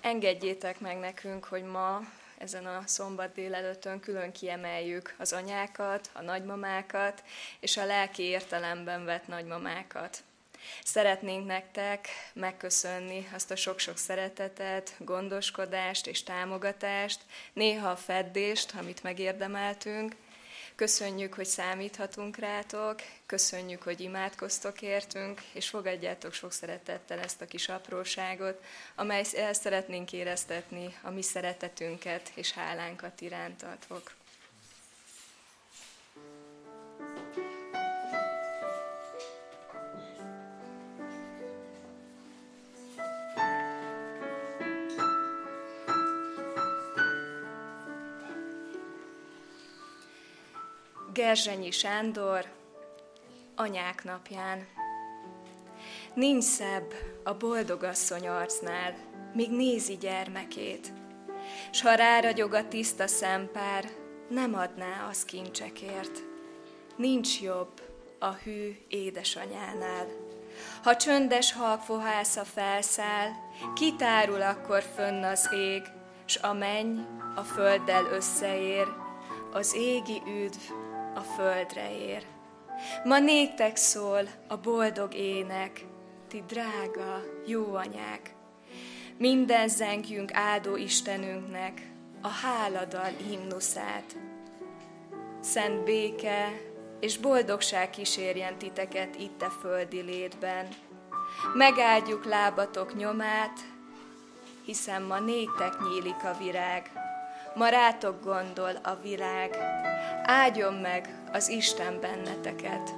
Engedjétek meg nekünk, hogy ma, ezen a szombat délelőttön külön kiemeljük az anyákat, a nagymamákat és a lelki értelemben vett nagymamákat. Szeretnénk nektek megköszönni azt a sok-sok szeretetet, gondoskodást és támogatást, néha a feddést, amit megérdemeltünk. Köszönjük, hogy számíthatunk rátok, köszönjük, hogy imádkoztok értünk, és fogadjátok sok szeretettel ezt a kis apróságot, amely el szeretnénk éreztetni a mi szeretetünket és hálánkat irántatok. Gerzsenyi Sándor, Anyák napján. Nincs szebb a boldogasszony arcnál, míg nézi gyermekét, s ha ráragyog a tiszta szempár, nem adná az kincsekért. Nincs jobb a hű édesanyánál. Ha csöndes halkfohásza felszáll, kitárul akkor fönn az ég, s a menny a földdel összeér, az égi üdv a földre ér. Ma néktek szól a boldog ének, ti drága, jó anyák. Minden zengjünk áldó Istenünknek a háladal himnuszát. Szent béke és boldogság kísérjen titeket itt a földi létben. Megáldjuk lábatok nyomát, hiszen ma néktek nyílik a virág. Ma rátok gondol a világ, áldjon meg az Isten benneteket.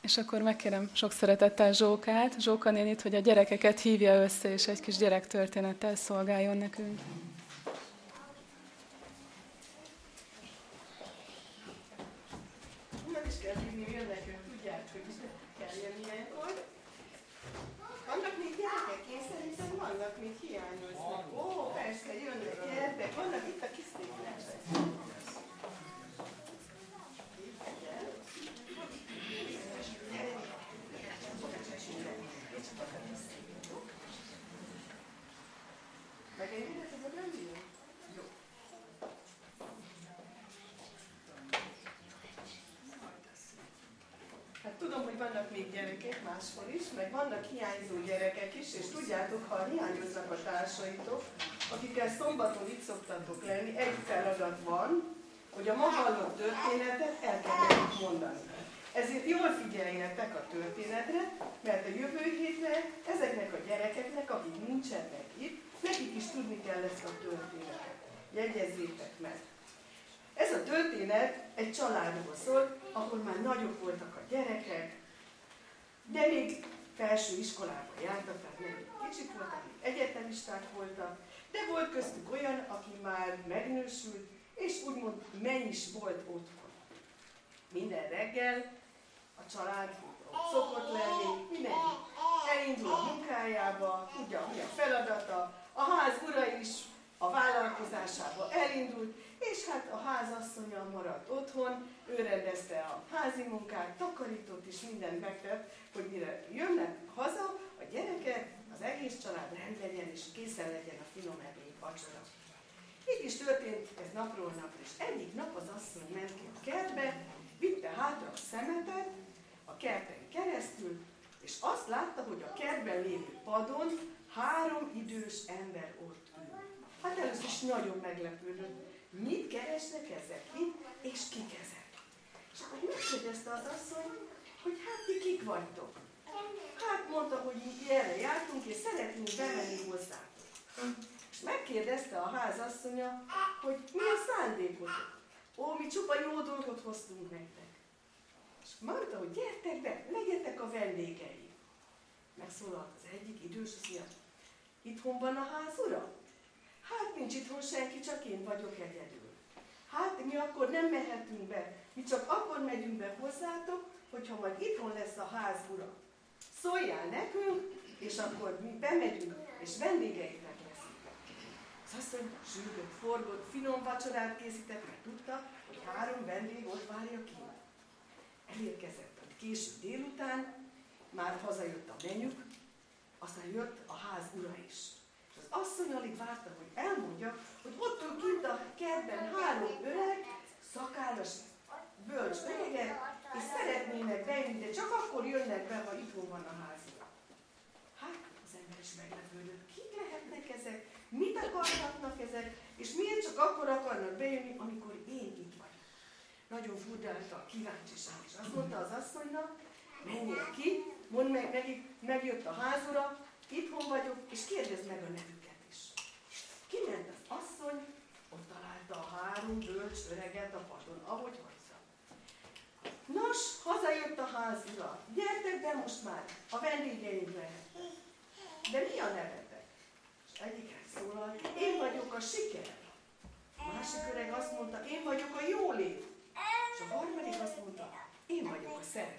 És akkor megkérem sok szeretettel Zsókát, Zsóka nénit, hogy a gyerekeket hívja össze, és egy kis gyerektörténettel szolgáljon nekünk. Nem is kell hívni, jönnek ők, tudják, hogy kell jönni ilyenkor. Vannak még gyerekek? Én szerintem vannak még hiányoznak. Ó, persze, jönnek, gyertek, vannak itt a kis székletek. Megengedett ez a brandy? Jó. Hát tudom, hogy vannak még gyerekek máshol is, meg vannak hiányzó gyerekek is, és tudjátok, ha hiányoznak a társaitok, akikkel szombaton itt szoktatok lenni, egy feladat van, hogy a ma hallott történetet el kell nekik mondani. Ezért jól figyeljetek a történetre, mert a jövő hétre ezeknek a gyerekeknek, akik nincsenek itt, nekik is tudni kell ezt a történetet. Jegyezzétek meg! Ez a történet egy családról szól, ahol már nagyobb voltak a gyerekek, de még felső iskolába jártak, tehát nem kicsik voltak, még egyetemisták voltak, de volt köztük olyan, aki már megnősült, és úgymond menny is volt otthon. Minden reggel a család ott szokott lenni, mindenki elindul a munkájába, tudja, mi a feladata, a ház ura is a vállalkozásába elindult, és hát a házasszonya maradt otthon, ő rendezte a házi munkát, takarított és mindent megtett, hogy mire jönnek haza, a gyerekek, az egész család rendben legyen és készen legyen a finom ebéd, vacsora. Így is történt ez napról napra, és egyik nap az asszony ment ki a kertbe, vitte hátra a szemetet a kerten keresztül, és azt látta, hogy a kertben lévő padon 3 idős ember ott ül. Hát először is nagyon meglepődött, mit keresnek ezek itt, és kik ezek. És akkor megkérdezte az asszony, hogy hát ti kik vagytok. Hát mondta, hogy mi erre jártunk, és szeretnénk bemenni hozzátok. És megkérdezte a házasszonya, hogy mi a szándékotok. Ó, mi csupa jó dolgot hoztunk nektek. És mondta, hogy gyertek be, legyetek a vendégei. Megszólalt az egyik idős, azt mondja, itthon van a ház ura? Hát nincs itthon senki, csak én vagyok egyedül. Hát mi akkor nem mehetünk be, mi csak akkor megyünk be hozzátok, hogyha majd itthon lesz a ház ura. Szóljál nekünk, és akkor mi bemegyünk, és vendégeitek leszünk. Az asszony sürgött, forgott, finom vacsorát készített, mert tudta, hogy 3 vendég ott várja ki. Elérkezett a késő délután, már hazajött a menük, aztán jött a ház ura is. És az asszony alig várta, hogy elmondja, hogy ott ül kint a kertben 3 öreg, szakállas, bölcs öregek, és szeretnének bejönni, de csak akkor jönnek be, ha itthon van a ház ura. Hát az ember is meglepődött, kik lehetnek ezek, mit akarhatnak ezek, és miért csak akkor akarnak bejönni, amikor én itt vagyok. Nagyon furdálta a kíváncsiság, és azt mondta az asszonynak, menjél ki, mondd meg nekik, megjött a házura, itthon vagyok, és kérdezd meg a nevüket is. Kiment az asszony, ott találta a 3 bölcs öreget a padon, ahogy hagyta. Nos, hazajött a házura, gyertek be most már, a vendégeink lehet. De mi a nevetek? És egyik szólalt, én vagyok a siker. A másik öreg azt mondta, én vagyok a jólét. És a harmadik azt mondta, én vagyok a szeretet.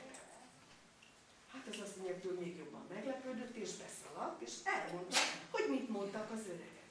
Hát az asszonyaktól még jobban meglepődött, és beszaladt, és elmondta, hogy mit mondtak az öregek.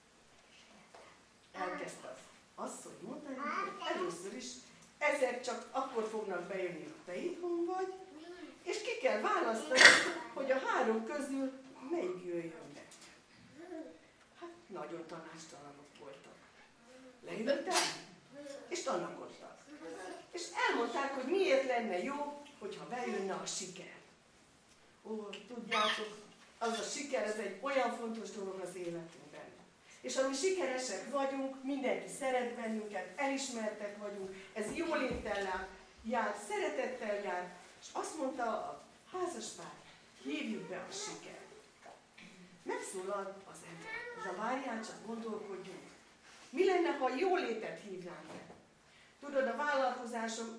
Elkezdte az asszony mondani, hogy először is ezek csak akkor fognak bejönni, ha te itthon vagy, és ki kell választani, hogy a 3 közül melyik jöjjön be. Hát nagyon tanácstalanok voltak. Leültek, és tanakodtak. És elmondták, hogy miért lenne jó, hogyha bejönne a siker. Ó, tudjátok, az a siker, ez egy olyan fontos dolog az életünkben. És ami sikeresek vagyunk, mindenki szeret bennünket, elismertek vagyunk, ez jóléttel jár, szeretettel jár, és azt mondta a házaspár, hívjuk be a sikert. Megszólalt az ember, és a várján csak gondolkodjunk. Mi lenne, ha jólétet hívnánk be? Tudod, a vállalkozásom,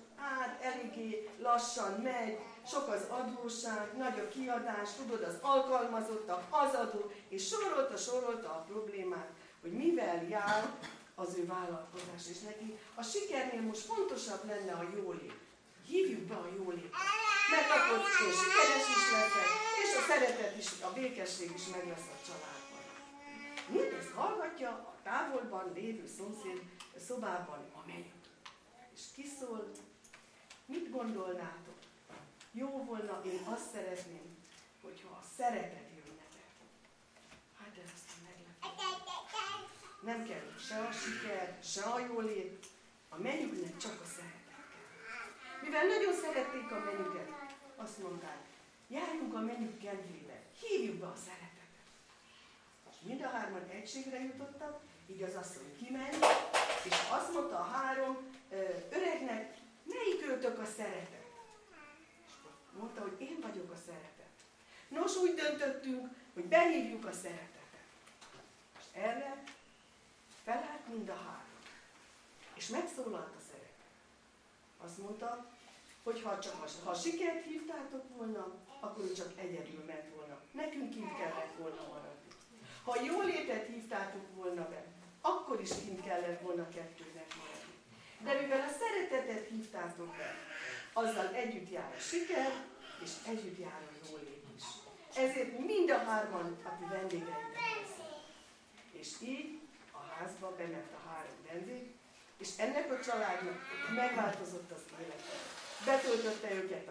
család eléggé lassan megy, sok az adósság, nagy a kiadás, tudod, az alkalmazottak, az adó, és sorolta a problémát, hogy mivel jár az ő vállalkozás. És neki a sikernél most fontosabb lenne a jólét. Hívjuk be a jólétet. Mert akkor én sikeres is leszek, és a szeretet is, a békesség is meg lesz a családban. Mindezt hallgatja a távolban lévő szomszéd szobában a menyu. És kiszól, mit gondolnátok? Jó volna, én azt szeretném, hogyha a szeretet jönnetek. Hát ez aztán meglepő. Nem kell se a siker, se a jólét, a mennyüknek csak a szeretet kell. Mivel nagyon szerették a mennyüket, azt mondták, járjunk a mennyük kedvébe, hívjuk be a szeretetet. És mind a hárman egységre jutottak, így az asszony kiment, és azt mondta a három öregnek, melyik őtök a szeretet? És mondta, hogy én vagyok a szeretet. Nos, úgy döntöttünk, hogy behívjuk a szeretetet. És erre felállt mind a három. És megszólalt a szeretet. Azt mondta, hogy ha sikert hívtátok volna, akkor ő csak egyedül ment volna. Nekünk kint kellett volna maradni. Ha jólétet hívtátok volna be, akkor is kint kellett volna kettőnek maradni. De mivel a szeretetet hívtátok be, azzal együtt jár a siker, és együtt jár a jólét is. Ezért mind a hárman a ti vendégeitek lesznek. És így a házba bement a három vendég, és ennek a családnak megváltozott az élete. Betöltötte őket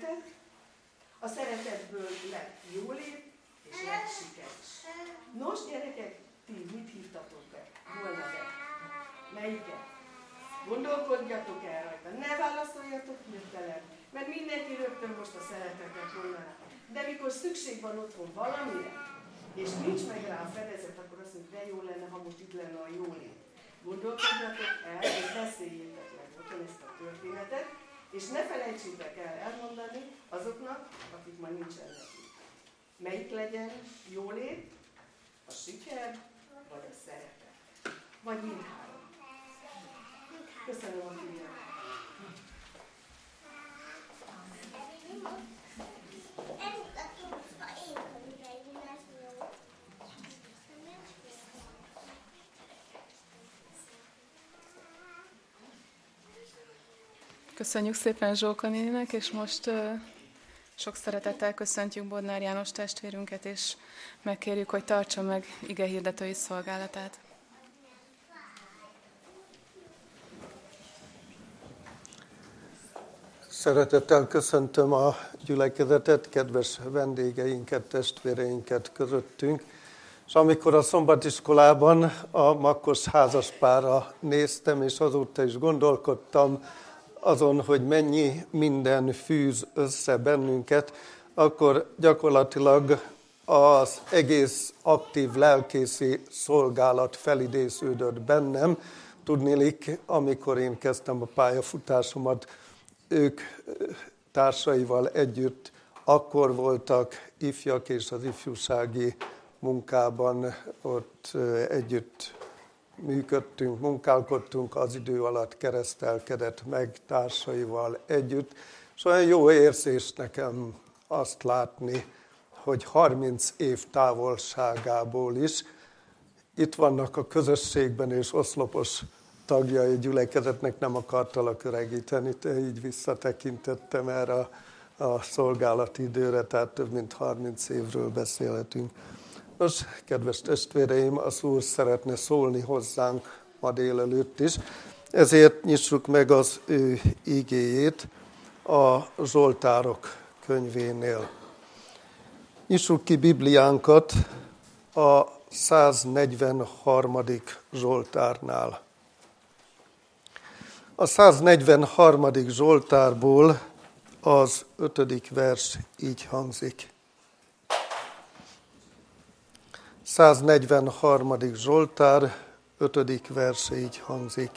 a szeretetből lett jólét, és lett siker is. Nos, gyerekek, ti mit hívtatok be? Volna be? Melyiket? Gondolkodjatok el rajta, ne válaszoljatok hirtelen, mert mindenki rögtön most a szeretetet mondaná. De mikor szükség van otthon valamire, és nincs meg rá a fedezet, akkor azt mondjuk, de jó lenne, ha most itt lenne a jólét. Gondolkodjatok el, és beszéljétek meg otthon ezt a történetet, és ne felejtsétek el elmondani azoknak, akik ma nincsenek itt. Melyik legyen jólét, a siker, vagy a szeretet? Vagy mindhárom. Köszönöm a figyelmet. Köszönjük szépen Zsóka néninek, és most sok szeretettel köszöntjük Bodnár János testvérünket, és megkérjük, hogy tartsa meg igehirdetői szolgálatát. Szeretettel köszöntöm a gyülekezetet, kedves vendégeinket, testvéreinket közöttünk. És amikor a szombatiskolában a Makkos házaspárra néztem, és azóta is gondolkodtam azon, hogy mennyi minden fűz össze bennünket, akkor gyakorlatilag az egész aktív lelkészi szolgálat felidéződött bennem. Tudniillik, amikor én kezdtem a pályafutásomat, ők társaival együtt akkor voltak ifjak, és az ifjúsági munkában ott együtt működtünk, munkálkodtunk, az idő alatt keresztelkedett meg társaival együtt. És olyan jó érzés nekem azt látni, hogy 30 év távolságából is itt vannak a közösségben, és oszlopos tagjai gyülekezetnek, nem akartalak öregíteni, de így visszatekintettem erre a szolgálati időre, tehát több mint 30 évről beszélhetünk. Nos, kedves testvéreim, az Úr szeretne szólni hozzánk ma délelőtt is, ezért nyissuk meg az ő igéjét a Zsoltárok könyvénél. Nyissuk ki Bibliánkat a 143. Zsoltárnál. A 143. Zsoltárból az 5. vers így hangzik. 143. Zsoltár, 5. verse így hangzik.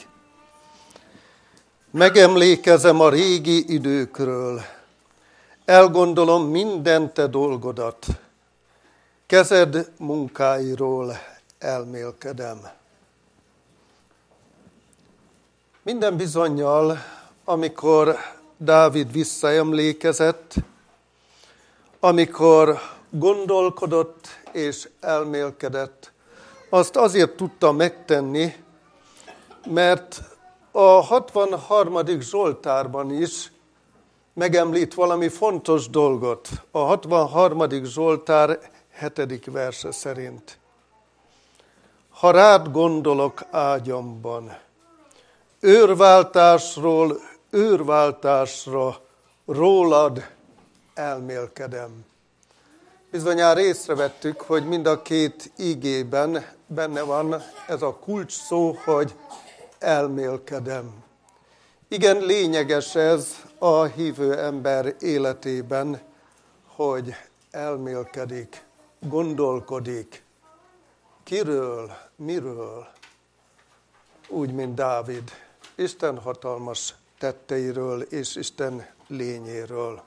Megemlékezem a régi időkről, elgondolom minden te dolgodat, kezed munkáiról elmélkedem. Minden bizonnyal, amikor Dávid visszaemlékezett, amikor gondolkodott és elmélkedett, azt azért tudta megtenni, mert a 63. Zsoltárban is megemlít valami fontos dolgot. A 63. Zsoltár 7. verse szerint. Ha rád gondolok ágyamban, őrváltásról őrváltásra rólad elmélkedem. Bizonyára észrevettük, hogy mind a két igében benne van ez a kulcs szó, hogy elmélkedem. Igen, lényeges ez a hívő ember életében, hogy elmélkedik, gondolkodik. Kiről, miről? Úgy, mint Dávid. Isten hatalmas tetteiről és Isten lényéről.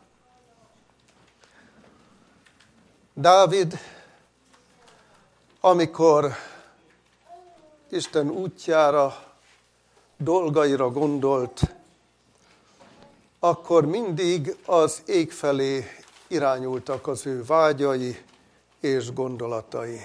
Dávid, amikor Isten útjára, dolgaira gondolt, akkor mindig az ég felé irányultak az ő vágyai és gondolatai.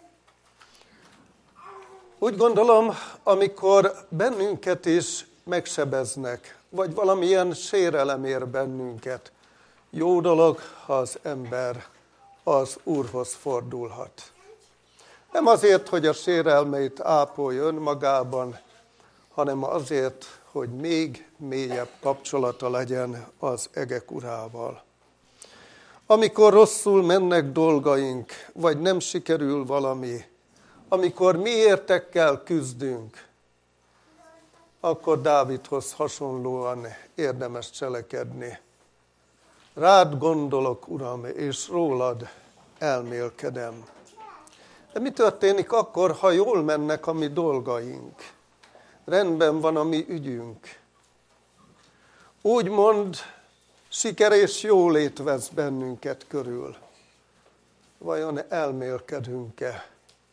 Úgy gondolom, amikor bennünket is megsebeznek, vagy valamilyen sérelem ér bennünket, jó dolog, ha az ember az Úrhoz fordulhat. Nem azért, hogy a sérelmeit ápolja önmagában, hanem azért, hogy még mélyebb kapcsolata legyen az egek Urával. Amikor rosszul mennek dolgaink, vagy nem sikerül valami, amikor mi értekkel küzdünk, akkor Dávidhoz hasonlóan érdemes cselekedni. Rád gondolok, Uram, és rólad elmélkedem. De mi történik akkor, ha jól mennek a mi dolgaink? Rendben van a mi ügyünk. Úgymond siker és jólét vesz bennünket körül. Vajon elmélkedünk-e?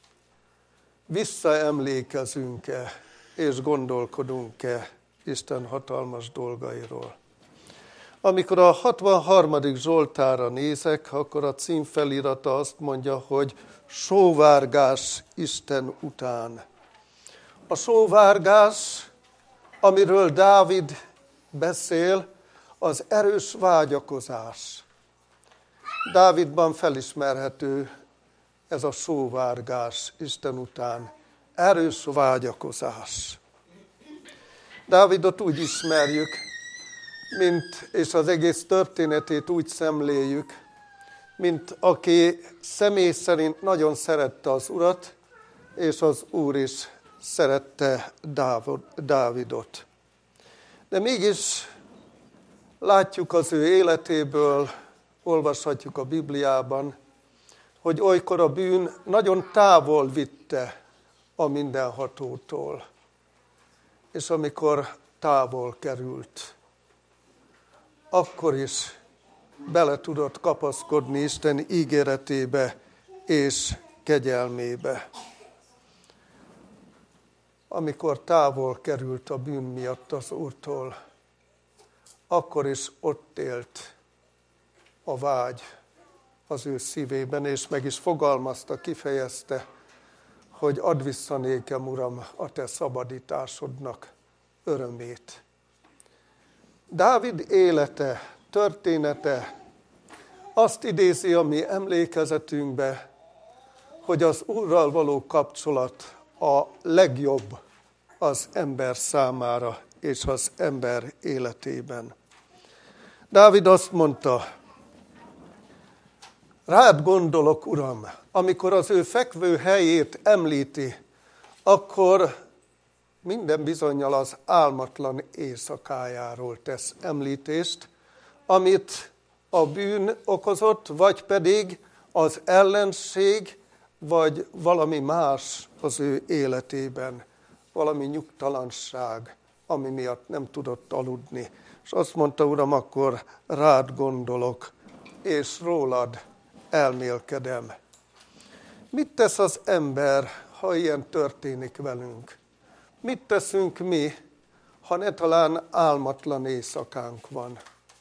Visszaemlékezünk-e és gondolkodunk-e Isten hatalmas dolgairól? Amikor a 63. Zsoltárra nézek, akkor a címfelirata azt mondja, hogy sóvárgás Isten után. A sóvárgás, amiről Dávid beszél, az erős vágyakozás. Dávidban felismerhető ez a sóvárgás Isten után, erős vágyakozás. Dávidot úgy ismerjük, és az egész történetét úgy szemléljük, mint aki személy szerint nagyon szerette az Urat, és az Úr is szerette Dávidot. De mégis látjuk az ő életéből, olvashatjuk a Bibliában, hogy olykor a bűn nagyon távol vitte a mindenhatótól. És amikor távol került, akkor is bele tudott kapaszkodni Isten ígéretébe és kegyelmébe. Amikor távol került a bűn miatt az Úrtól, akkor is ott élt a vágy az ő szívében, és meg is fogalmazta, kifejezte, hogy add vissza nékem, Uram, a te szabadításodnak örömét. Dávid élete, története azt idézi a mi emlékezetünkbe, hogy az Úrral való kapcsolat a legjobb az ember számára és az ember életében. Dávid azt mondta, rád gondolok, Uram, amikor az ő fekvő helyét említi, akkor minden bizonnyal az álmatlan éjszakájáról tesz említést, amit a bűn okozott, vagy pedig az ellenség, vagy valami más az ő életében, valami nyugtalanság, ami miatt nem tudott aludni. És azt mondta, Uram, akkor rád gondolok, és rólad elmélkedem. Mit tesz az ember, ha ilyen történik velünk? Mit teszünk mi, ha ne talán álmatlan éjszakánk van.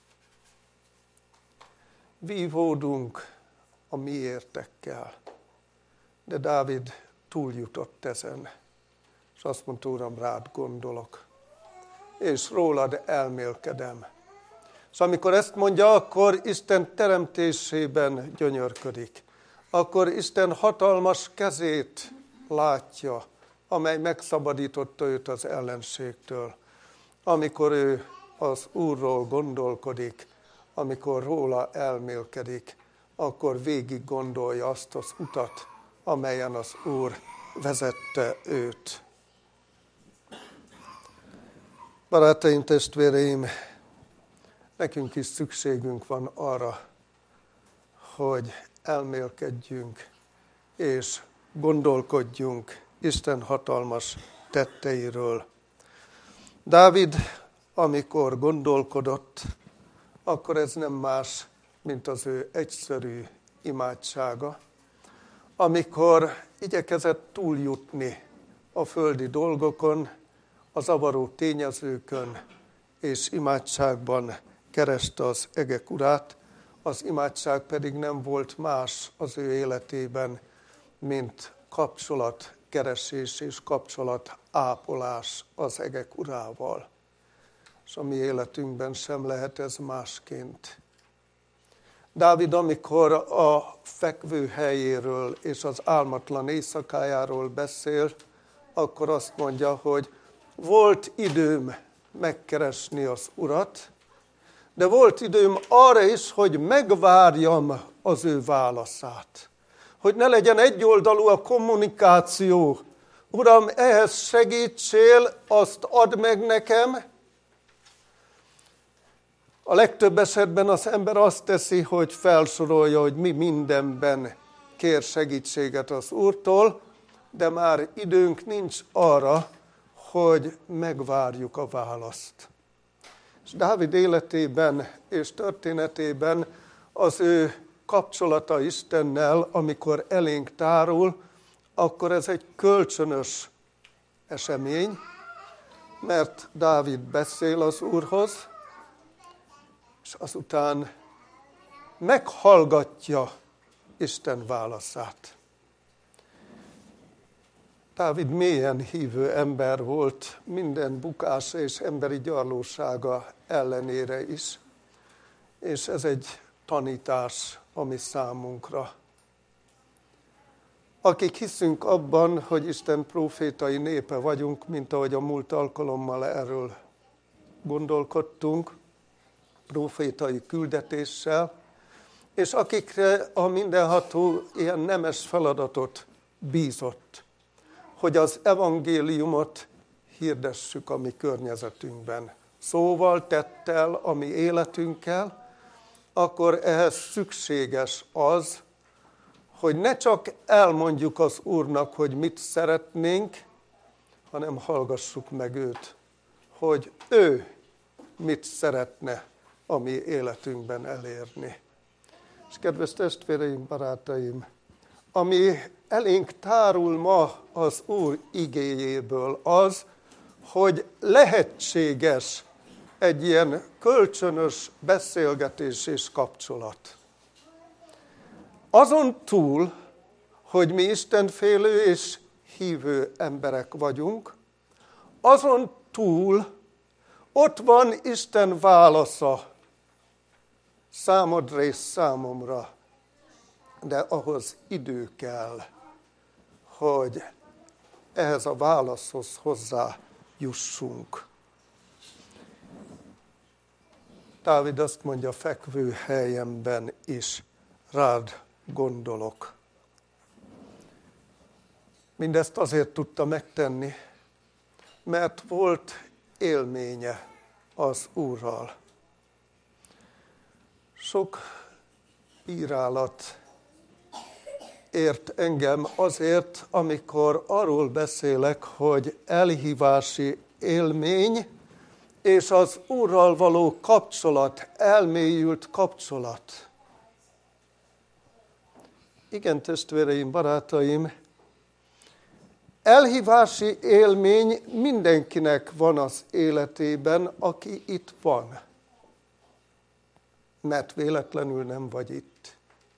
Vívódunk a mi értekkel, de Dávid túljutott ezen, és azt mondta, Uram, rád gondolok, és rólad elmélkedem. És amikor ezt mondja, akkor Isten teremtésében gyönyörködik. Akkor Isten hatalmas kezét látja, amely megszabadította őt az ellenségtől. Amikor ő az Úrról gondolkodik, amikor róla elmélkedik, akkor végig gondolja azt az utat, amelyen az Úr vezette őt. Barátaim, testvéreim, nekünk is szükségünk van arra, hogy elmélkedjünk és gondolkodjunk Isten hatalmas tetteiről. Dávid, amikor gondolkodott, akkor ez nem más, mint az ő egyszerű imádsága, amikor igyekezett túljutni a földi dolgokon, a zavaró tényezőkön, és imádságban kereste az egek urát, az imádság pedig nem volt más az ő életében, mint kapcsolatkeresés és kapcsolatápolás az egek urával. És a mi életünkben sem lehet ez másként. Dávid, amikor a fekvő helyéről és az álmatlan éjszakájáról beszél, akkor azt mondja, hogy volt időm megkeresni az Urat, de volt időm arra is, hogy megvárjam az ő válaszát. Hogy ne legyen egyoldalú a kommunikáció. Uram, ehhez segítsél, azt add meg nekem. A legtöbb esetben az ember azt teszi, hogy felsorolja, hogy mi mindenben kér segítséget az Úrtól, de már időnk nincs arra, hogy megvárjuk a választ. És Dávid életében és történetében az ő kapcsolata Istennel, amikor elénk tárul, akkor ez egy kölcsönös esemény, mert Dávid beszél az Úrhoz, és azután meghallgatja Isten válaszát. Dávid mélyen hívő ember volt, minden bukása és emberi gyarlósága ellenére is, és ez egy tanítás a mi számunkra. Akik hiszünk abban, hogy Isten prófétai népe vagyunk, mint ahogy a múlt alkalommal erről gondolkodtunk, prófétai küldetéssel, és akikre a mindenható ilyen nemes feladatot bízott, hogy az evangéliumot hirdessük a mi környezetünkben. Szóval, tettel, a mi életünkkel, akkor ehhez szükséges az, hogy ne csak elmondjuk az Úrnak, hogy mit szeretnénk, hanem hallgassuk meg őt, hogy ő mit szeretne a mi életünkben elérni. És kedves testvéreim, barátaim, ami elénk tárul ma az Úr igéjéből az, hogy lehetséges egy ilyen kölcsönös beszélgetés és kapcsolat. Azon túl, hogy mi istenfélő és hívő emberek vagyunk, azon túl ott van Isten válasza számodra és számomra, de ahhoz idő kell, hogy ehhez a válaszhoz hozzájussunk. Dávid azt mondja, fekvő helyemben is rád gondolok. Mindezt azért tudta megtenni, mert volt élménye az Úrral. Sok bírálat ért engem azért, amikor arról beszélek, hogy elhívási élmény és az Úrral való kapcsolat, elmélyült kapcsolat. Igen, testvéreim, barátaim, elhívási élmény mindenkinek van az életében, aki itt van. Mert véletlenül nem vagy itt.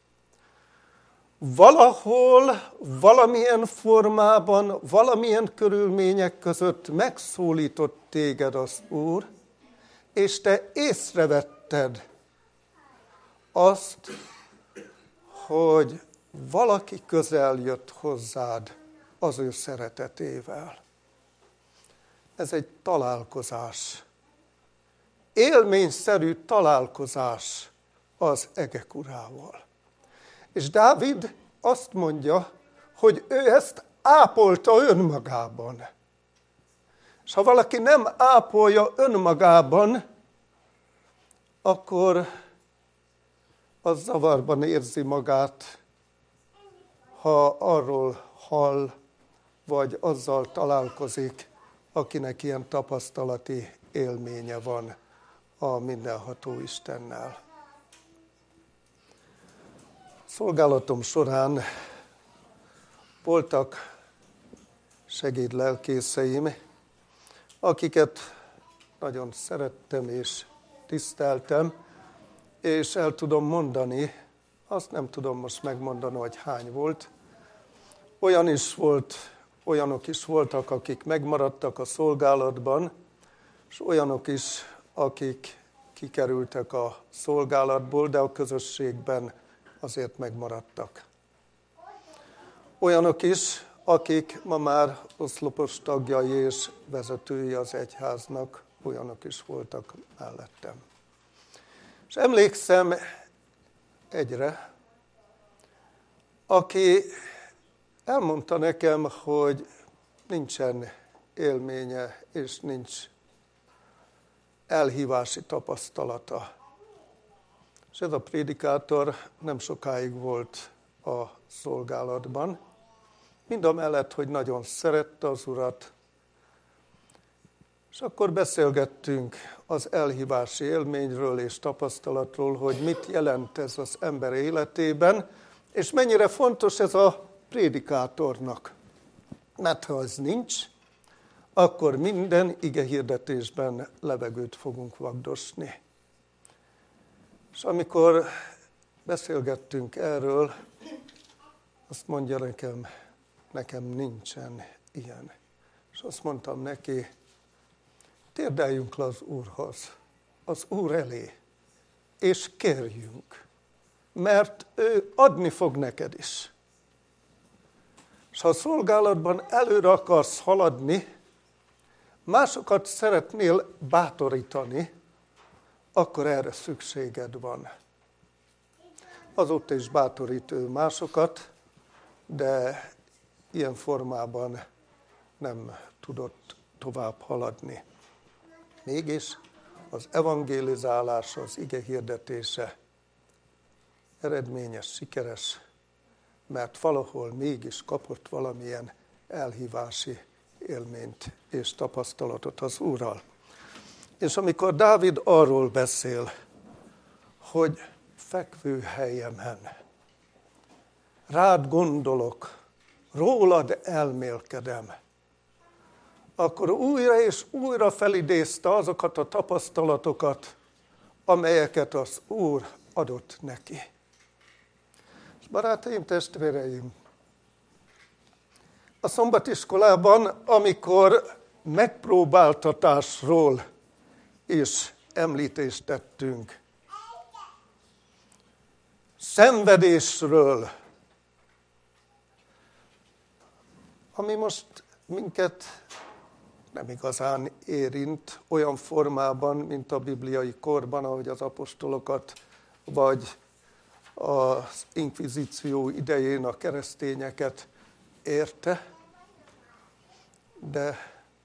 Valahol, valamilyen formában, valamilyen körülmények között megszólított téged az Úr, és te észrevetted azt, hogy valaki közel jött hozzád az ő szeretetével. Ez egy találkozás. Élményszerű találkozás az egek urával. És Dávid azt mondja, hogy ő ezt ápolta önmagában. És ha valaki nem ápolja önmagában, akkor az zavarban érzi magát, ha arról hall, vagy azzal találkozik, akinek ilyen tapasztalati élménye van a mindenható Istennel. Szolgálatom során voltak segédlelkészeim, akiket nagyon szerettem és tiszteltem, és el tudom mondani, azt nem tudom most megmondani, hogy hány volt. Olyanok is voltak, akik megmaradtak a szolgálatban, és olyanok is, akik kikerültek a szolgálatból, de a közösségben azért megmaradtak. Olyanok is, akik ma már oszlopos tagjai és vezetői az egyháznak, olyanok is voltak mellettem. És emlékszem egyre, aki elmondta nekem, hogy nincsen élménye és nincs elhívási tapasztalata. És ez a prédikátor nem sokáig volt a szolgálatban, mindamellett, hogy nagyon szerette az Urat. És akkor beszélgettünk az elhívási élményről és tapasztalatról, hogy mit jelent ez az ember életében, és mennyire fontos ez a prédikátornak. Mert ha ez nincs, akkor minden igehirdetésben levegőt fogunk vagdosni. És amikor beszélgettünk erről, azt mondja nekem nincsen ilyen. És azt mondtam neki, térdeljünk le az Úrhoz, az Úr elé, és kérjünk, mert ő adni fog neked is. És ha a szolgálatban előre akarsz haladni, másokat szeretnél bátorítani, akkor erre szükséged van. Azóta is bátorít ő másokat, de ilyen formában nem tudott tovább haladni. Mégis az evangélizálás, az ige hirdetése eredményes, sikeres, mert valahol mégis kapott valamilyen elhívási élményt és tapasztalatot az Úrral. És amikor Dávid arról beszél, hogy fekvőhelyemen rád gondolok, rólad elmélkedem, akkor újra és újra felidézte azokat a tapasztalatokat, amelyeket az Úr adott neki. És barátaim, testvéreim, a szombatiskolában, amikor megpróbáltatásról is említést tettünk, szenvedésről, ami most minket nem igazán érint olyan formában, mint a bibliai korban, ahogy az apostolokat, vagy az inkvizíció idején a keresztényeket érte, de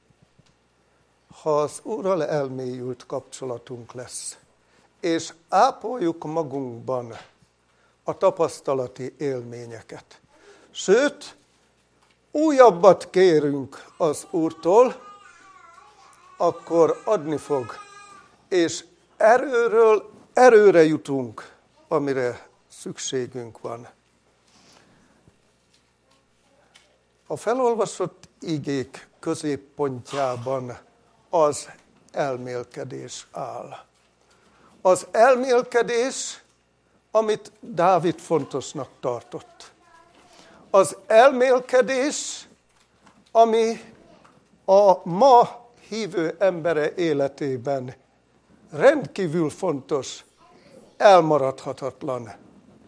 ha az Úrral elmélyült kapcsolatunk lesz, és ápoljuk magunkban a tapasztalati élményeket, sőt, újabbat kérünk az Úrtól, akkor adni fog, és erőről erőre jutunk, amire szükségünk van. A felolvasott igék középpontjában az elmélkedés áll. Az elmélkedés, amit Dávid fontosnak tartott. Az elmélkedés, ami a ma hívő embere életében rendkívül fontos, elmaradhatatlan.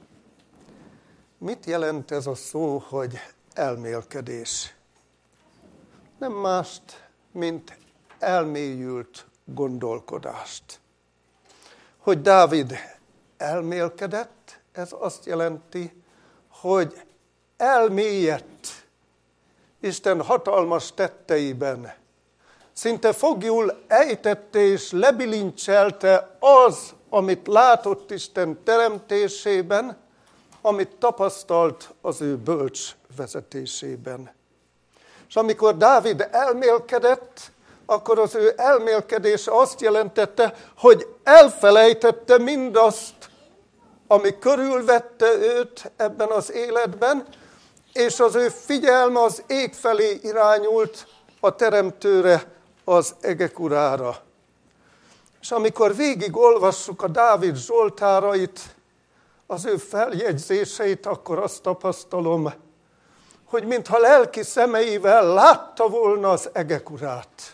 Mit jelent ez a szó, hogy elmélkedés? Nem mást, mint elmélyült gondolkodást. Hogy Dávid elmélkedett, ez azt jelenti, hogy elmélyedt Isten hatalmas tetteiben. Szinte foglyul ejtette és lebilincselte az, amit látott Isten teremtésében, amit tapasztalt az ő bölcs vezetésében. És amikor Dávid elmélkedett, akkor az ő elmélkedése azt jelentette, hogy elfelejtette mindazt, ami körülvette őt ebben az életben, és az ő figyelme az ég felé irányult, a Teremtőre, az egek urára. És amikor végig olvassuk a Dávid zsoltárait, az ő feljegyzéseit, akkor azt tapasztalom, hogy mintha lelki szemeivel látta volna az egek urát.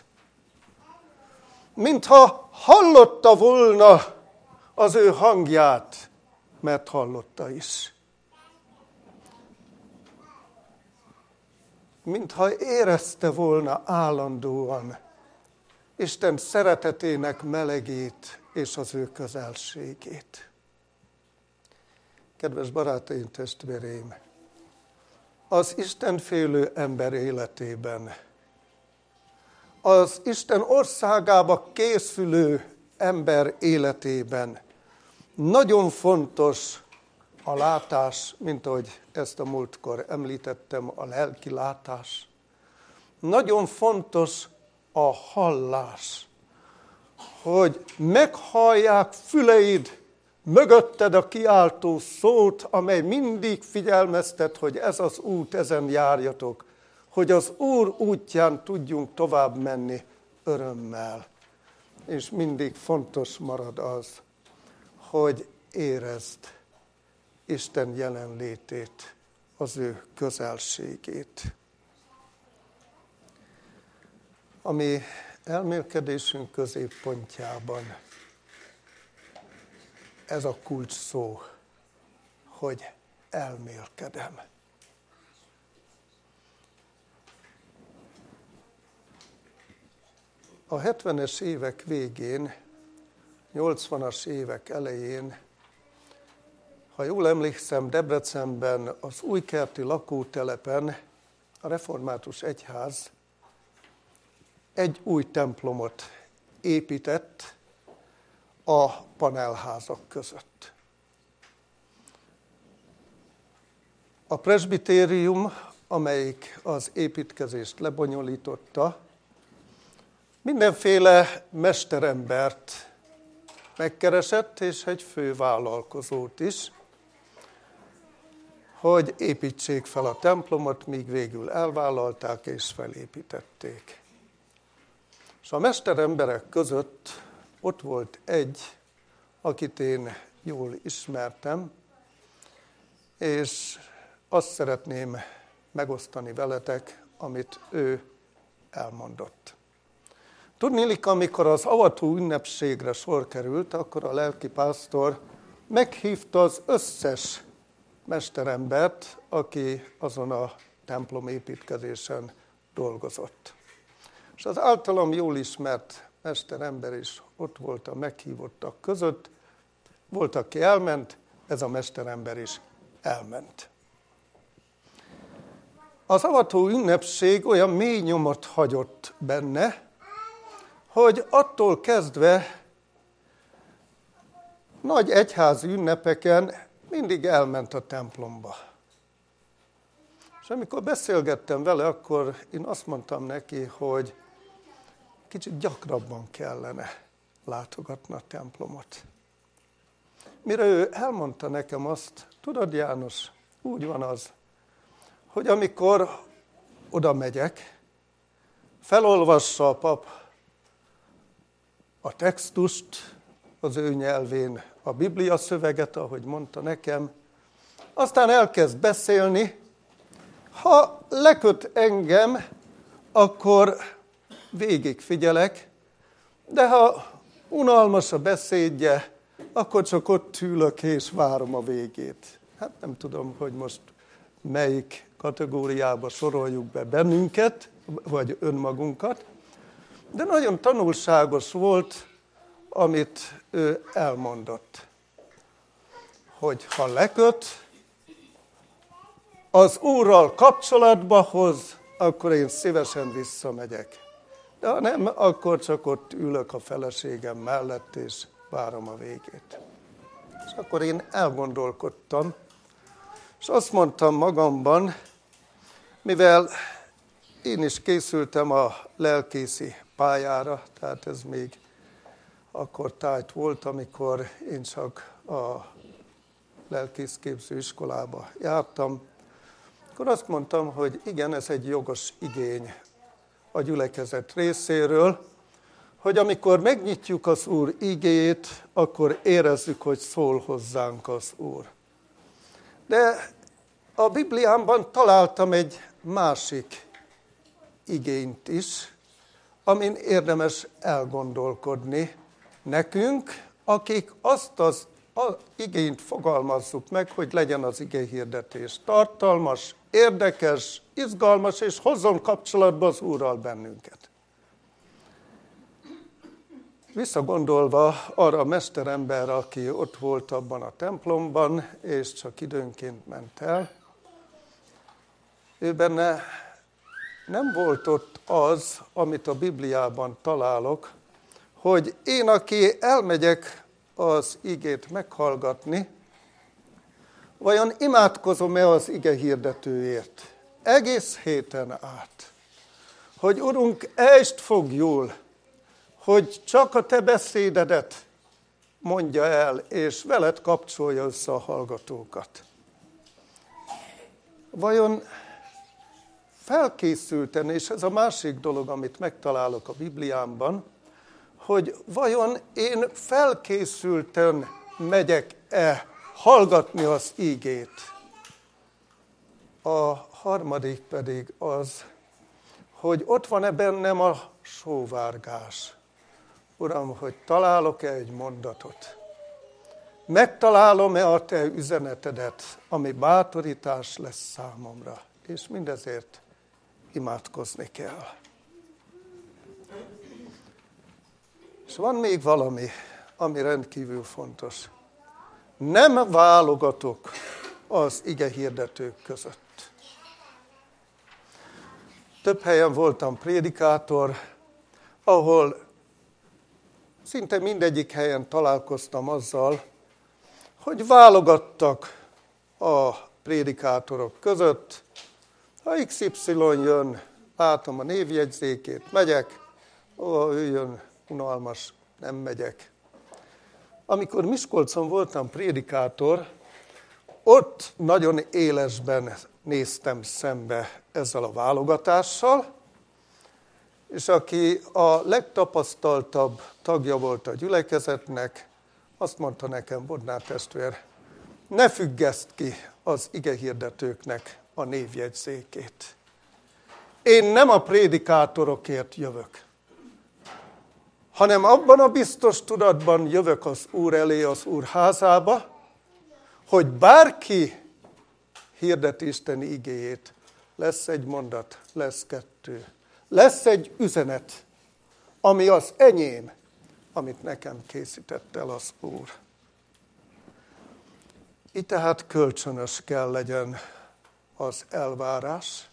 Mintha hallotta volna az ő hangját, mert hallotta is. Mintha érezte volna állandóan Isten szeretetének melegét és az ő közelségét. Kedves barátaim, testvéreim! Az istenfélő ember életében, az Isten országába készülő ember életében nagyon fontos a látás, mint ahogy ezt a múltkor említettem, a lelki látás. Nagyon fontos a hallás, hogy meghallják füleid mögötted a kiáltó szót, amely mindig figyelmeztet, hogy ez az út, ezen járjatok, hogy az Úr útján tudjunk tovább menni örömmel. És mindig fontos marad az, hogy érezd Isten jelenlétét, az ő közelségét. A mi elmélkedésünk középpontjában ez a kulcs szó, hogy elmélkedem. A 70-es évek végén, 80-as évek elején, ha jól emlékszem, Debrecenben, az Újkerti lakótelepen a református egyház egy új templomot épített a panelházak között. A presbitérium, amelyik az építkezést lebonyolította, mindenféle mesterembert megkeresett, és egy fővállalkozót is, hogy építsék fel a templomot, míg végül elvállalták és felépítették. És a mesteremberek között ott volt egy, akit én jól ismertem, és azt szeretném megosztani veletek, amit ő elmondott. Tudniillik, amikor az avató ünnepségre sor került, akkor a lelkipásztor meghívta az összes mesterembert, aki azon a templom építkezésen dolgozott. És az általam jól ismert mesterember is ott volt a meghívottak között, volt, aki elment, ez a mesterember is elment. Az avató ünnepség olyan mély nyomot hagyott benne, hogy attól kezdve nagy egyházi ünnepeken mindig elment a templomba. És amikor beszélgettem vele, akkor én azt mondtam neki, hogy kicsit gyakrabban kellene látogatni a templomot. Mire ő elmondta nekem azt, tudod János, úgy van az, hogy amikor oda megyek, felolvassa a pap a textust, az ő nyelvén a Biblia szöveget, ahogy mondta nekem, aztán elkezd beszélni. Ha leköt engem, akkor végig figyelek, de ha unalmas a beszédje, akkor csak ott ülök és várom a végét. Hát nem tudom, hogy most melyik kategóriába soroljuk be bennünket, vagy önmagunkat, de nagyon tanulságos volt, amit ő elmondott. Hogy ha leköt, az Úrral kapcsolatba hoz, akkor én szívesen visszamegyek. De ha nem, akkor csak ott ülök a feleségem mellett, és várom a végét. És akkor én elgondolkodtam, és azt mondtam magamban, mivel én is készültem a lelkészi pályára, tehát ez még akkor tájt volt, amikor én csak a lelkészképző iskolába jártam, akkor azt mondtam, hogy igen, ez egy jogos igény a gyülekezet részéről, hogy amikor megnyitjuk az Úr igéjét, akkor érezzük, hogy szól hozzánk az Úr. De a Bibliámban találtam egy másik igényt is, amin érdemes elgondolkodni nekünk, akik azt az igényt fogalmazzuk meg, hogy legyen az igéhirdetés tartalmas, érdekes, izgalmas, és hozzon kapcsolatba az Úrral bennünket. Visszagondolva arra a mesteremberre, aki ott volt abban a templomban, és csak időnként ment el, ő benne nem volt ott az, amit a Bibliában találok, hogy én, aki elmegyek az igét meghallgatni, vajon imádkozom-e az ige hirdetőért egész héten át, hogy Urunk, ejtsd fog jól, hogy csak a te beszédedet mondja el, és veled kapcsolja össze a hallgatókat. Vajon felkészülten, és ez a másik dolog, amit megtalálok a Bibliámban, hogy vajon én felkészülten megyek-e hallgatni az ígét. A harmadik pedig az, hogy ott van-e bennem a sóvárgás. Uram, hogy találok-e egy mondatot? Megtalálom-e a te üzenetedet, ami bátorítás lesz számomra? És mindezért imádkozni kell. És van még valami, ami rendkívül fontos. Nem válogatok az ige hirdetők között. Több helyen voltam prédikátor, ahol szinte mindegyik helyen találkoztam azzal, hogy válogattak a prédikátorok között. Ha XY jön, látom a névjegyzékét, megyek, ő jön, unalmas, nem megyek. Amikor Miskolcon voltam prédikátor, ott nagyon élesben néztem szembe ezzel a válogatással, és aki a legtapasztaltabb tagja volt a gyülekezetnek, azt mondta nekem, Bodnár testvér, ne függeszt ki az igehirdetőknek a névjegyzékét. Én nem a prédikátorokért jövök, hanem abban a biztos tudatban jövök az Úr elé, az Úr házába, hogy bárki hirdeti Isten igéjét, lesz egy mondat, lesz kettő, lesz egy üzenet, ami az enyém, amit nekem készített el az Úr. Itt tehát kölcsönös kell legyen az elvárás,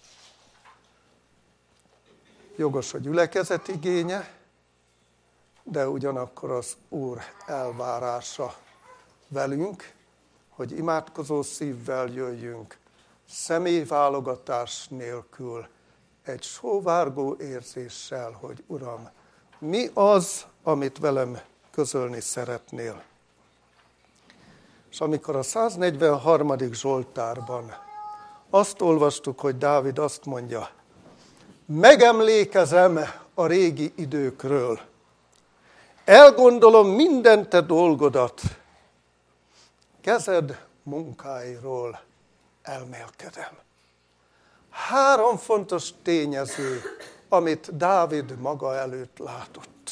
jogos a gyülekezet igénye, de ugyanakkor az Úr elvárása velünk, hogy imádkozó szívvel jöjjünk, személyválogatás nélkül, egy sóvárgó érzéssel, hogy Uram, mi az, amit velem közölni szeretnél. És amikor a 143. Zsoltárban azt olvastuk, hogy Dávid azt mondja, Megemlékezem a régi időkről. Elgondolom minden te dolgodat. Kezed munkáiról elmélkedem. 3 fontos tényező, amit Dávid maga előtt látott.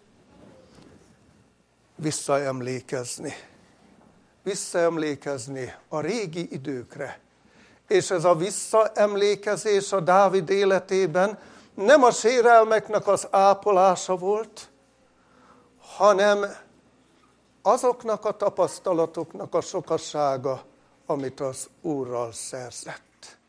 Visszaemlékezni a régi időkre. És ez a visszaemlékezés a Dávid életében nem a sérelmeknek az ápolása volt, hanem azoknak a tapasztalatoknak a sokasága, amit az Úrral szerzett.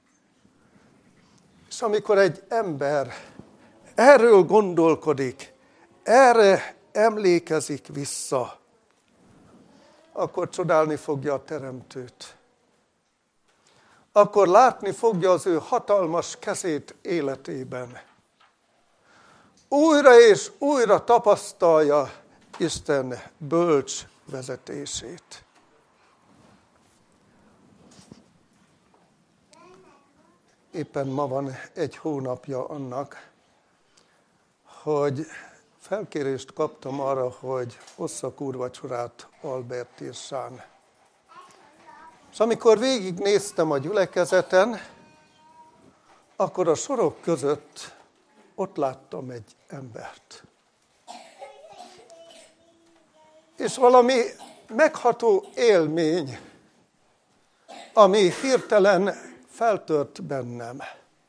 És amikor egy ember erről gondolkodik, erre emlékezik vissza, akkor csodálni fogja a Teremtőt. Akkor látni fogja az ő hatalmas kezét életében. Újra és újra tapasztalja Isten bölcs vezetését. Éppen ma van 1 hónapja annak, hogy felkérést kaptam arra, hogy osszak úrvacsorát Albertírsán. És amikor végignéztem a gyülekezeten, akkor a sorok között ott láttam egy embert. És valami megható élmény, ami hirtelen feltört bennem.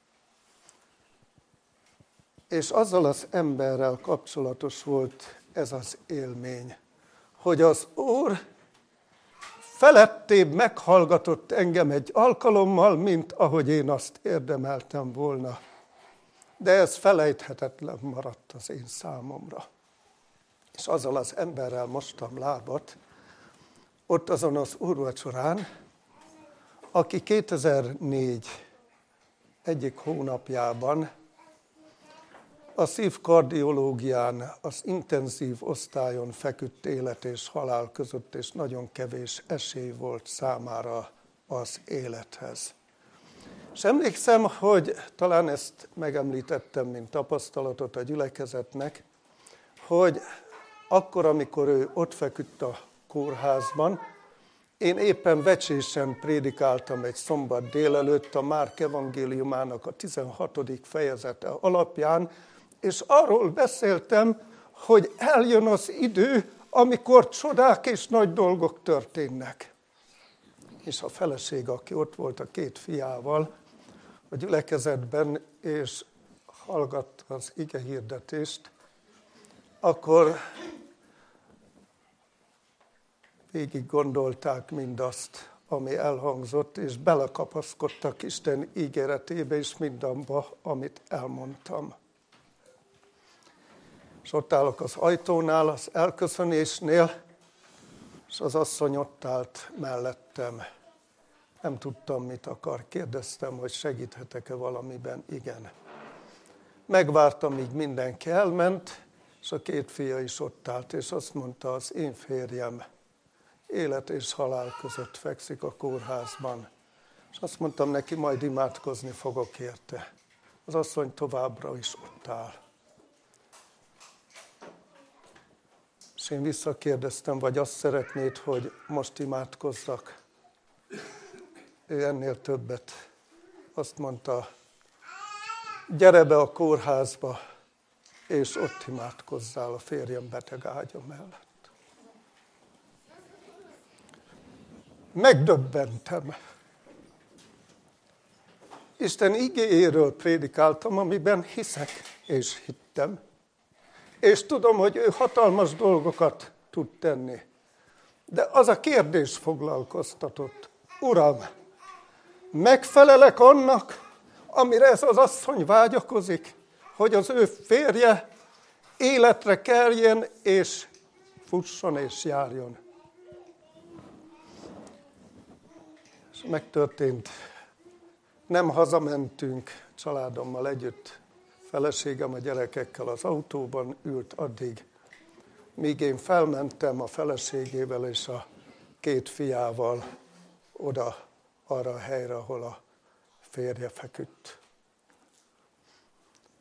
És azzal az emberrel kapcsolatos volt ez az élmény, hogy az Úr felettébb meghallgatott engem egy alkalommal, mint ahogy én azt érdemeltem volna. De ez felejthetetlen maradt az én számomra. És azzal az emberrel mostam lábat, ott azon az úrvacsorán, aki 2004 egyik hónapjában a szívkardiológián, az intenzív osztályon feküdt élet és halál között, és nagyon kevés esély volt számára az élethez. És emlékszem, hogy talán ezt megemlítettem, mint tapasztalatot a gyülekezetnek, hogy akkor, amikor ő ott feküdt a kórházban, én éppen vecsésen prédikáltam egy szombat délelőtt a Márk evangéliumának a 16. fejezete alapján, és arról beszéltem, hogy eljön az idő, amikor csodák és nagy dolgok történnek. És a feleség, aki ott volt a 2 fiával a gyülekezetben, és hallgatta az igehirdetést, akkor végig gondolták mindazt, ami elhangzott, és belekapaszkodtak Isten ígéretébe és mindabba, amit elmondtam. És ott állok az ajtónál, az elköszönésnél, és az asszony ott állt mellettem. Nem tudtam, mit akar. Kérdeztem, hogy segíthetek-e valamiben. Igen. Megvártam, míg mindenki elment, és a 2 fia is ott állt, és azt mondta, az én férjem élet és halál között fekszik a kórházban. És azt mondtam neki, majd imádkozni fogok érte. Az asszony továbbra is ott áll. És én visszakérdeztem, vagy azt szeretnéd, hogy most imádkozzak? Ő ennél többet. Azt mondta, gyere be a kórházba, és ott imádkozzál a férjem beteg ágya mellett. Megdöbbentem. Isten igéjéről prédikáltam, amiben hiszek és hittem. És tudom, hogy ő hatalmas dolgokat tud tenni. De az a kérdés foglalkoztatott. Uram, megfelelek annak, amire ez az asszony vágyakozik, hogy az ő férje életre keljen, és fusson és járjon. És megtörtént. Nem hazamentünk családommal együtt. Feleségem a gyerekekkel az autóban ült addig, míg én felmentem a feleségével és a 2 fiával oda, arra a helyre, ahol a férje feküdt.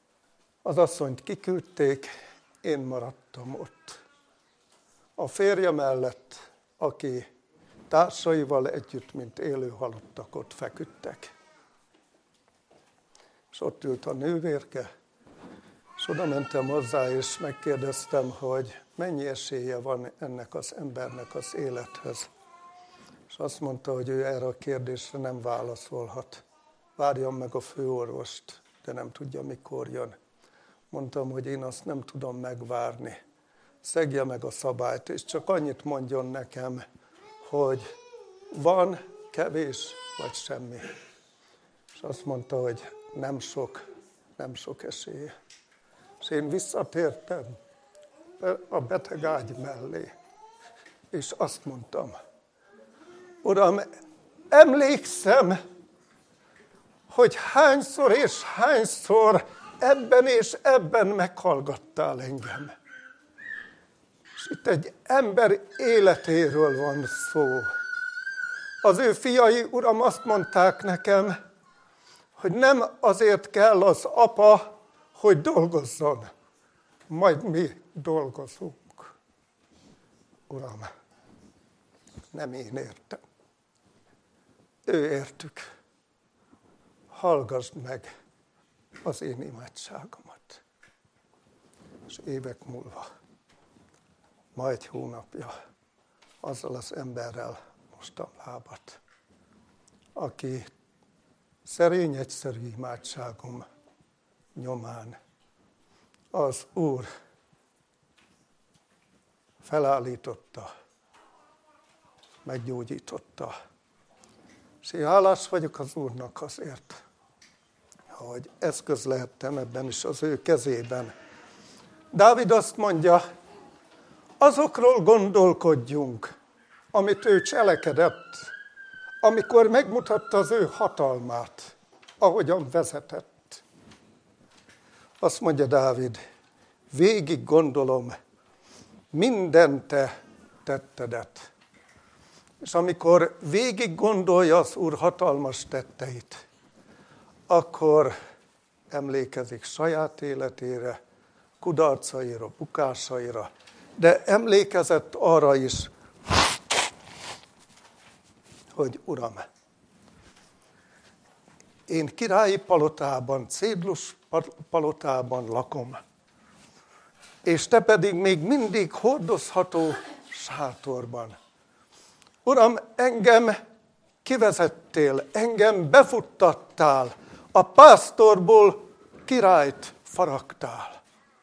Az asszonyt kiküldték, én maradtam ott. A férje mellett, aki társaival együtt, mint élő halottak, ott feküdtek. És ott ült a nővérke, és oda mentem hozzá, és megkérdeztem, hogy mennyi esélye van ennek az embernek az élethez. És azt mondta, hogy ő erre a kérdésre nem válaszolhat. Várjon meg a főorvost, de nem tudja, mikor jön. Mondtam, hogy én azt nem tudom megvárni. Szegje meg a szabályt, és csak annyit mondjon nekem, hogy van, kevés, vagy semmi. És azt mondta, hogy nem sok esélye. És én visszatértem a beteg ágy mellé, és azt mondtam, Uram, emlékszem, hogy hányszor és hányszor ebben és ebben meghallgattál engem. És itt egy ember életéről van szó. Az ő fiai, Uram, azt mondták nekem, hogy nem azért kell az apa, hogy dolgozzon, majd mi dolgozunk. Uram, nem én értem. Ő értük. Hallgassd meg az én imádságomat. És évek múlva, ma egy hónapja, azzal az emberrel mostam lábat, aki szerény, egyszerű imádságom nyomán az Úr felállította, meggyógyította. És én hálás vagyok az Úrnak azért, hogy eszköz lehettem ebben is az ő kezében. Dávid azt mondja, azokról gondolkodjunk, amit ő cselekedett, amikor megmutatta az ő hatalmát, ahogyan vezetett. Azt mondja Dávid, végig gondolom minden te tettedet. És amikor végig gondolja az Úr hatalmas tetteit, akkor emlékezik saját életére, kudarcaira, bukásaira, de emlékezett arra is, hogy Uram, én királyi palotában, cédlus palotában lakom, és te pedig még mindig hordozható sátorban. Uram, engem kivezettél, engem befuttattál, a pásztorból királyt faragtál.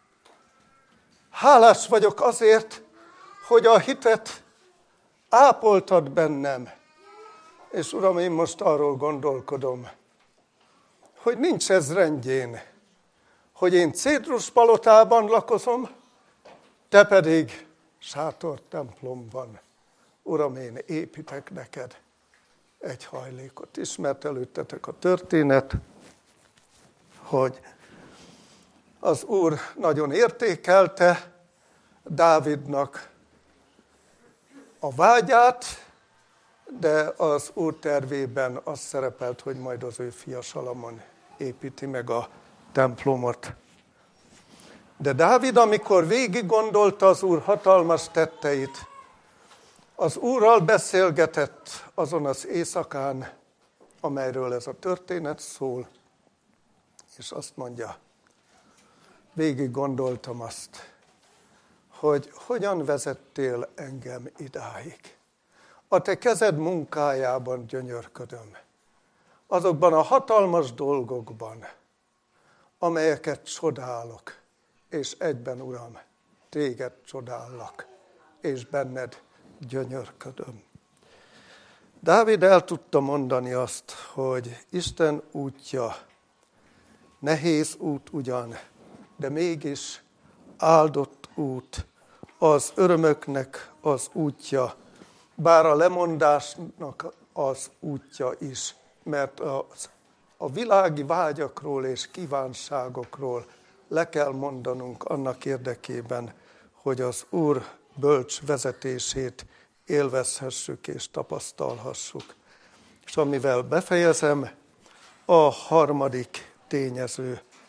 Hálás vagyok azért, hogy a hitet ápoltad bennem. És Uram, én most arról gondolkodom, hogy nincs ez rendjén, hogy én cédrus palotában lakozom, te pedig sátortemplomban. Uram, én építek neked egy hajlékot. Ismert előttetek a történet, hogy az Úr nagyon értékelte Dávidnak a vágyát, de az Úr tervében az szerepelt, hogy majd az ő fia Salamon építi meg a templomot. De Dávid, amikor végig gondolta az Úr hatalmas tetteit, az Úrral beszélgetett azon az éjszakán, amelyről ez a történet szól, és azt mondja, végig gondoltam azt, hogy hogyan vezettél engem idáig. A te kezed munkájában gyönyörködöm. Azokban a hatalmas dolgokban, amelyeket csodálok, és egyben, Uram, téged csodállak, és benned gyönyörködöm. Dávid el tudta mondani azt, hogy Isten útja nehéz út ugyan, de mégis áldott út, az örömöknek az útja, bár a lemondásnak az útja is, mert a világi vágyakról és kívánságokról le kell mondanunk annak érdekében, hogy az Úr bölcs vezetését élvezhessük és tapasztalhassuk. És amivel befejezem, a harmadik tényező,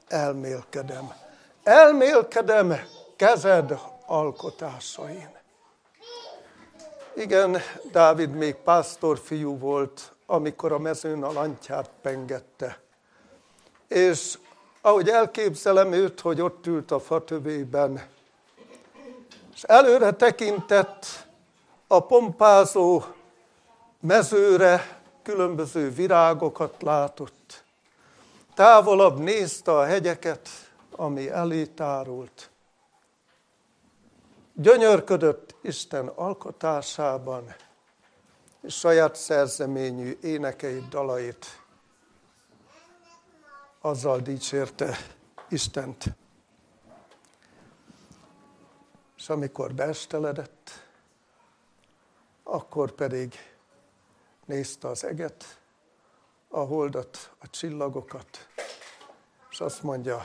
elmélkedem. Elmélkedem kezed alkotásain. Igen, Dávid még pásztorfiú volt, amikor a mezőn a lantyát pengette. És ahogy elképzelem őt, hogy ott ült a fatövében, és előre tekintett a pompázó mezőre, különböző virágokat látott. Távolabb nézte a hegyeket, ami elé tárult. Gyönyörködött Isten alkotásában, és saját szerzeményű énekeit, dalait azzal dicsérte Istent. És amikor beesteledett, akkor pedig nézte az eget, a holdat, a csillagokat, és azt mondja,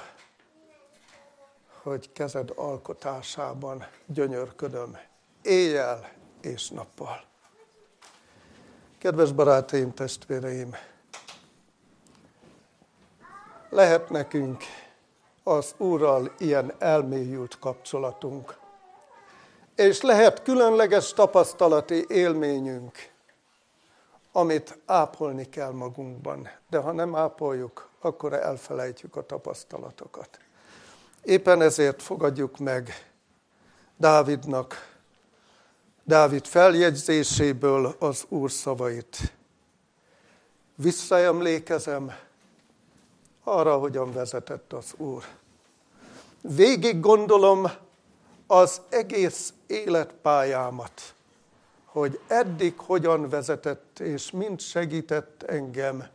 hogy kezed alkotásában gyönyörködöm éjjel és nappal. Kedves barátaim, testvéreim, lehet nekünk az Úrral ilyen elmélyült kapcsolatunk, és lehet különleges tapasztalati élményünk, amit ápolni kell magunkban. De ha nem ápoljuk, akkor elfelejtjük a tapasztalatokat. Éppen ezért fogadjuk meg Dávid feljegyzéséből az Úr szavait. Visszaemlékezem arra, hogyan vezetett az Úr. Végig gondolom az egész életpályámat, hogy eddig hogyan vezetett, és mind segített engem,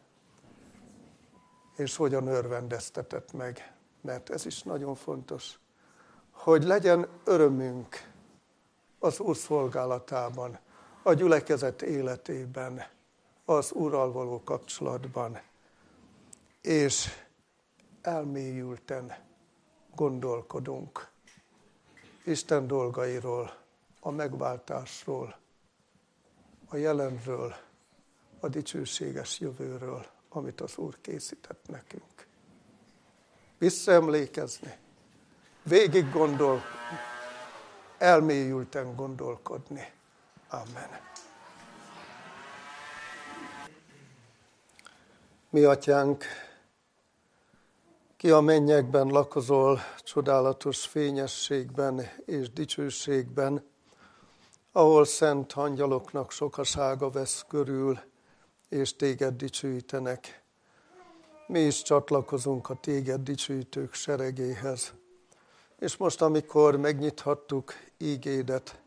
és hogyan örvendeztetett meg. Mert ez is nagyon fontos, hogy legyen örömünk az Úr szolgálatában, a gyülekezet életében, az Úrral való kapcsolatban, és elmélyülten gondolkodunk Isten dolgairól, a megváltásról, a jelenről, a dicsőséges jövőről, amit az Úr készített nekünk. Visszaemlékezni, végig gondolni, elmélyülten gondolkodni. Amen. Mi atyánk, ki a mennyekben lakozol, csodálatos fényességben és dicsőségben, ahol szent angyaloknak sokasága vesz körül, és téged dicsőítenek. Mi is csatlakozunk a téged dicsőítők seregéhez. És most, amikor megnyithattuk ígédet,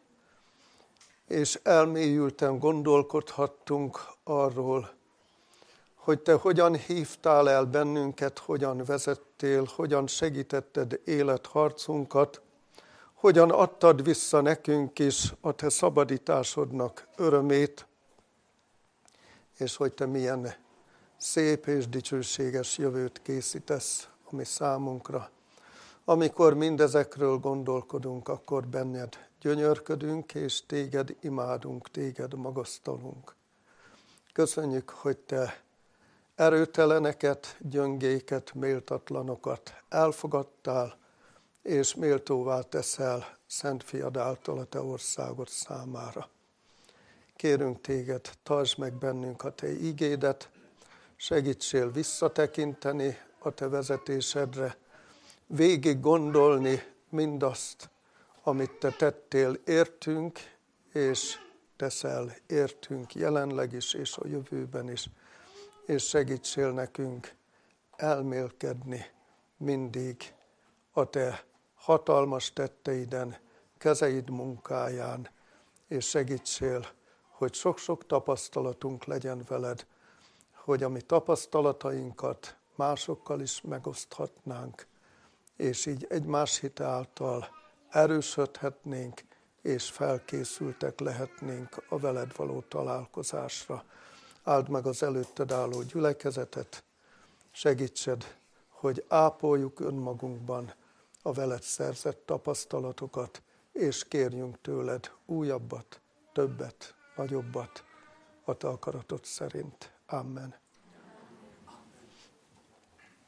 és elmélyülten gondolkodhattunk arról, hogy te hogyan hívtál el bennünket, hogyan vezettél, hogyan segítetted életharcunkat, hogyan adtad vissza nekünk is a te szabadításodnak örömét, és hogy te milyen szép és dicsőséges jövőt készítesz a mi számunkra. Amikor mindezekről gondolkodunk, akkor benned gyönyörködünk, és téged imádunk, téged magasztalunk. Köszönjük, hogy te erőteleneket, gyöngéket, méltatlanokat elfogadtál, és méltóvá teszel Szent Fiad által a te országod számára. Kérünk téged, tartsd meg bennünk a te ígédet, segítsél visszatekinteni a te vezetésedre, végig gondolni mindazt, amit te tettél értünk, és teszel értünk jelenleg is, és a jövőben is, és segítsél nekünk elmélkedni mindig a te hatalmas tetteiden, kezeid munkáján, és segítsél, hogy sok-sok tapasztalatunk legyen veled, hogy a mi tapasztalatainkat másokkal is megoszthatnánk, és így egymás hite által erősödhetnénk, és felkészültek lehetnénk a veled való találkozásra. Áld meg az előtted álló gyülekezetet, segítsed, hogy ápoljuk önmagunkban a veled szerzett tapasztalatokat, és kérjünk tőled újabbat, többet, nagyobbat a te akaratod szerint. Amen.